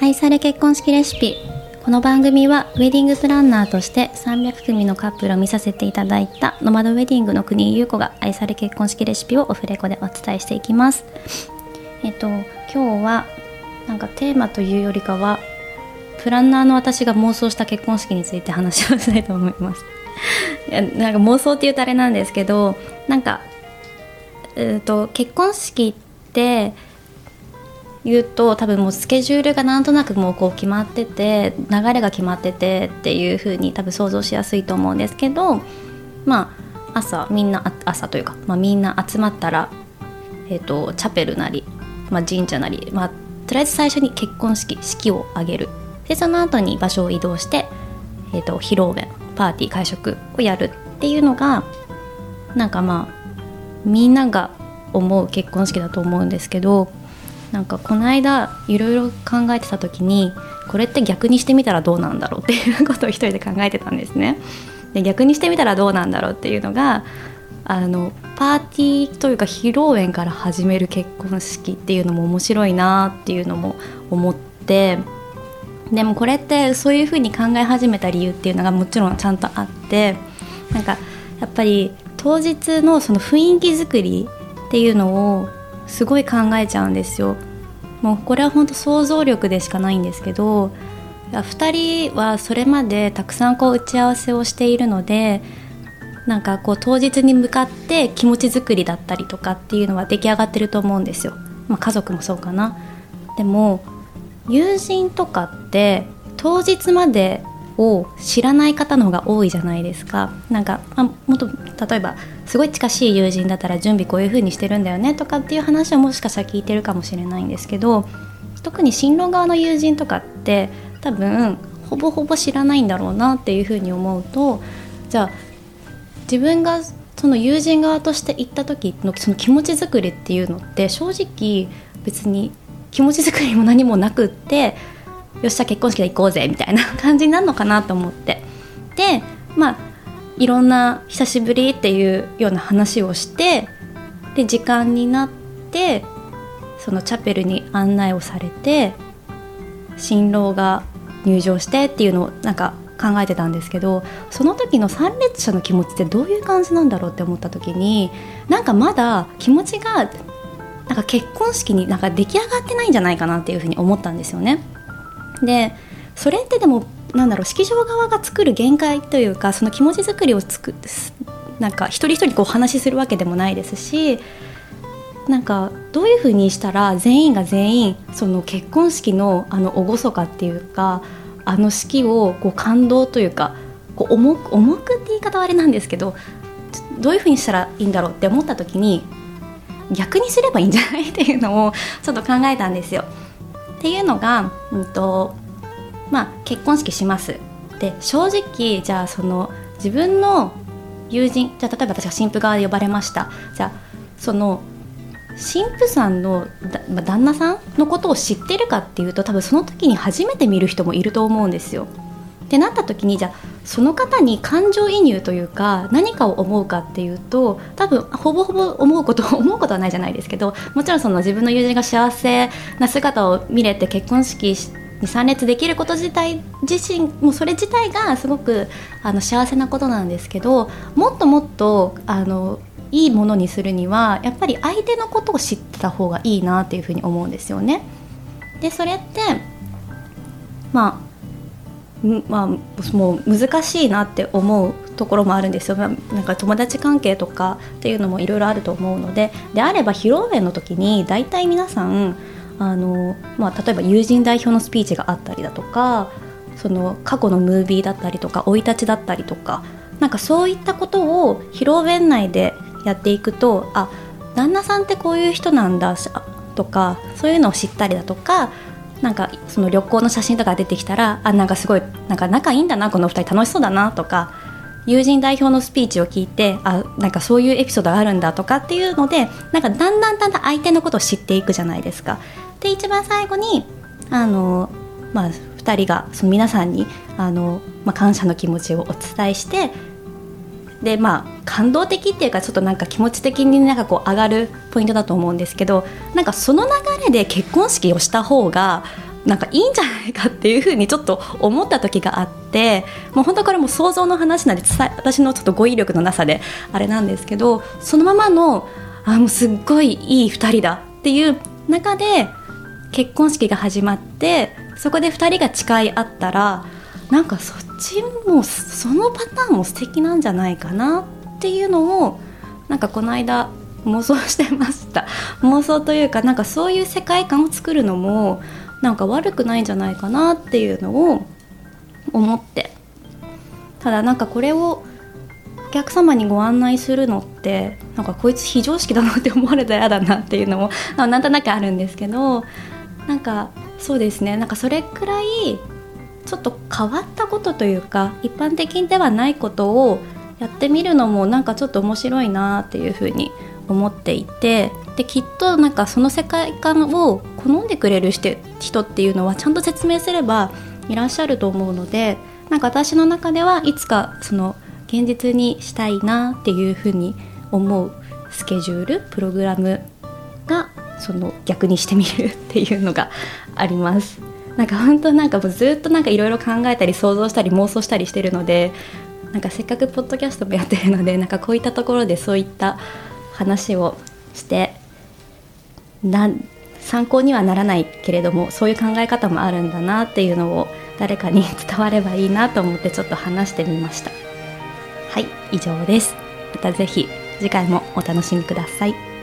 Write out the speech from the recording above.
愛され結婚式レシピ。この番組はウェディングプランナーとして300組のカップルを見させていただいたノマドウェディングの国井優子が愛され結婚式レシピをオフレコでお伝えしていきます。今日はなんかテーマというよりかはプランナーの私が妄想した結婚式について話をしたいと思います。いやなんか妄想って言うとあれなんですけど、なんか、結婚式って言うと多分もうスケジュールがなんとなくもうこう決まってて流れが決まっててっていう風に多分想像しやすいと思うんですけど、まあ朝というか、みんな集まったら、チャペルなり、神社なり、とりあえず最初に結婚式を挙げる。でその後に場所を移動して、披露宴パーティー会食をやるっていうのがなんかみんなが思う結婚式だと思うんですけど、なんかこの間いろいろ考えてた時にこれって逆にしてみたらどうなんだろうっていうことを一人で考えてたんですね。で逆にしてみたらどうなんだろうっていうのがパーティーというか披露宴から始める結婚式っていうのも面白いなっていうのも思って、でもこれってそういうふうに考え始めた理由っていうのがもちろんちゃんとあって、なんかやっぱり当日のその雰囲気作りっていうのをすごい考えちゃうんですよ。もうこれは本当想像力でしかないんですけど、2人はそれまでたくさんこう打ち合わせをしているので、なんかこう当日に向かって気持ち作りだったりとかっていうのは出来上がってると思うんですよ。家族もそうかな。でも友人とかって当日までを知らない方の方が多いじゃないですか。なんかもっと例えばすごい近しい友人だったら準備こういう風にしてるんだよねとかっていう話はもしかしたら聞いてるかもしれないんですけど、特に新郎側の友人とかって多分ほぼほぼ知らないんだろうなっていう風に思うと、じゃあ自分がその友人側として行った時のその気持ち作りっていうのって正直別に気持ち作りも何もなくって、よっしゃ結婚式で行こうぜみたいな感じになるのかなと思って、でいろんな久しぶりっていうような話をして、で時間になってそのチャペルに案内をされて新郎が入場してっていうのをなんか考えてたんですけど、その時の参列者の気持ちってどういう感じなんだろうって思った時に、なんかまだ気持ちがなんか結婚式になんか出来上がってないんじゃないかなっていうふうに思ったんですよね。でそれってでも式場側が作る限界というか、その気持ち作りをなんか一人一人こうお話しするわけでもないですし、なんかどういうふうにしたら全員が全員その結婚式の厳かっていうか式をこう感動というかこう重くって言い方はあれなんですけど、どういうふうにしたらいいんだろうって思った時に逆にすればいいんじゃないっていうのをちょっと考えたんですよ。っていうのが、結婚式しますで、正直じゃあその自分の友人、じゃあ例えば私が新婦側で呼ばれました。じゃあその新婦さんの旦那さんのことを知ってるかっていうと、多分その時に初めて見る人もいると思うんですよ。ってなった時に、じゃあその方に感情移入というか何かを思うかっていうと、多分ほぼほぼ思うことはないじゃないですけど、もちろんその自分の友人が幸せな姿を見れて結婚式に参列できること自身もそれ自体がすごく幸せなことなんですけど、もっともっといいものにするにはやっぱり相手のことを知ってた方がいいなっていうふうに思うんですよね。でそれってもう難しいなって思うところもあるんですよ。なんか友達関係とかっていうのもいろいろあると思うので、であれば披露宴の時に大体皆さん例えば友人代表のスピーチがあったりだとか、その過去のムービーだったりとか生い立ちだったりとか、なんかそういったことを披露宴内でやっていくと、旦那さんってこういう人なんだとか、そういうのを知ったりだとか、なんかその旅行の写真とか出てきたら、なんかすごいなんか仲いいんだなこの2人楽しそうだなとか、友人代表のスピーチを聞いてなんかそういうエピソードがあるんだとかっていうので、なんかだんだん相手のことを知っていくじゃないですか。で一番最後に2人がその皆さんに感謝の気持ちをお伝えして、で感動的っていうかちょっとなんか気持ち的になんかこう上がるポイントだと思うんですけど、なんかその流れで結婚式をした方がなんかいいんじゃないかっていうふうにちょっと思った時があって、もう本当これも想像の話なんで、私のちょっと語彙力のなさであれなんですけど、そのままのもうすっごいいい2人だっていう中で結婚式が始まって、そこで2人が誓い合ったら、なんかそっちもそのパターンも素敵なんじゃないかなっていうのをなんかこの間妄想してました。妄想というか、なんかそういう世界観を作るのもなんか悪くないんじゃないかなっていうのを思って、ただなんかこれをお客様にご案内するのってなんかこいつ非常識だなって思われたら嫌だなっていうのもなんとなくあるんですけど、なんかそうですね、なんかそれくらいちょっと変わったことというか一般的ではないことをやってみるのもなんかちょっと面白いなっていうふうに思っていて、できっとなんかその世界観を好んでくれる人っていうのはちゃんと説明すればいらっしゃると思うので、なんか私の中ではいつかその現実にしたいなっていうふうに思うスケジュールプログラムがその逆にしてみるっていうのがあります。なんか本当なんかもうずっとなんかいろいろ考えたり想像したり妄想したりしてるので、なんかせっかくポッドキャストもやってるので、なんかこういったところでそういった話をして参考にはならないけれども、そういう考え方もあるんだなっていうのを誰かに伝わればいいなと思ってちょっと話してみました。はい、以上です。またぜひ次回もお楽しみください。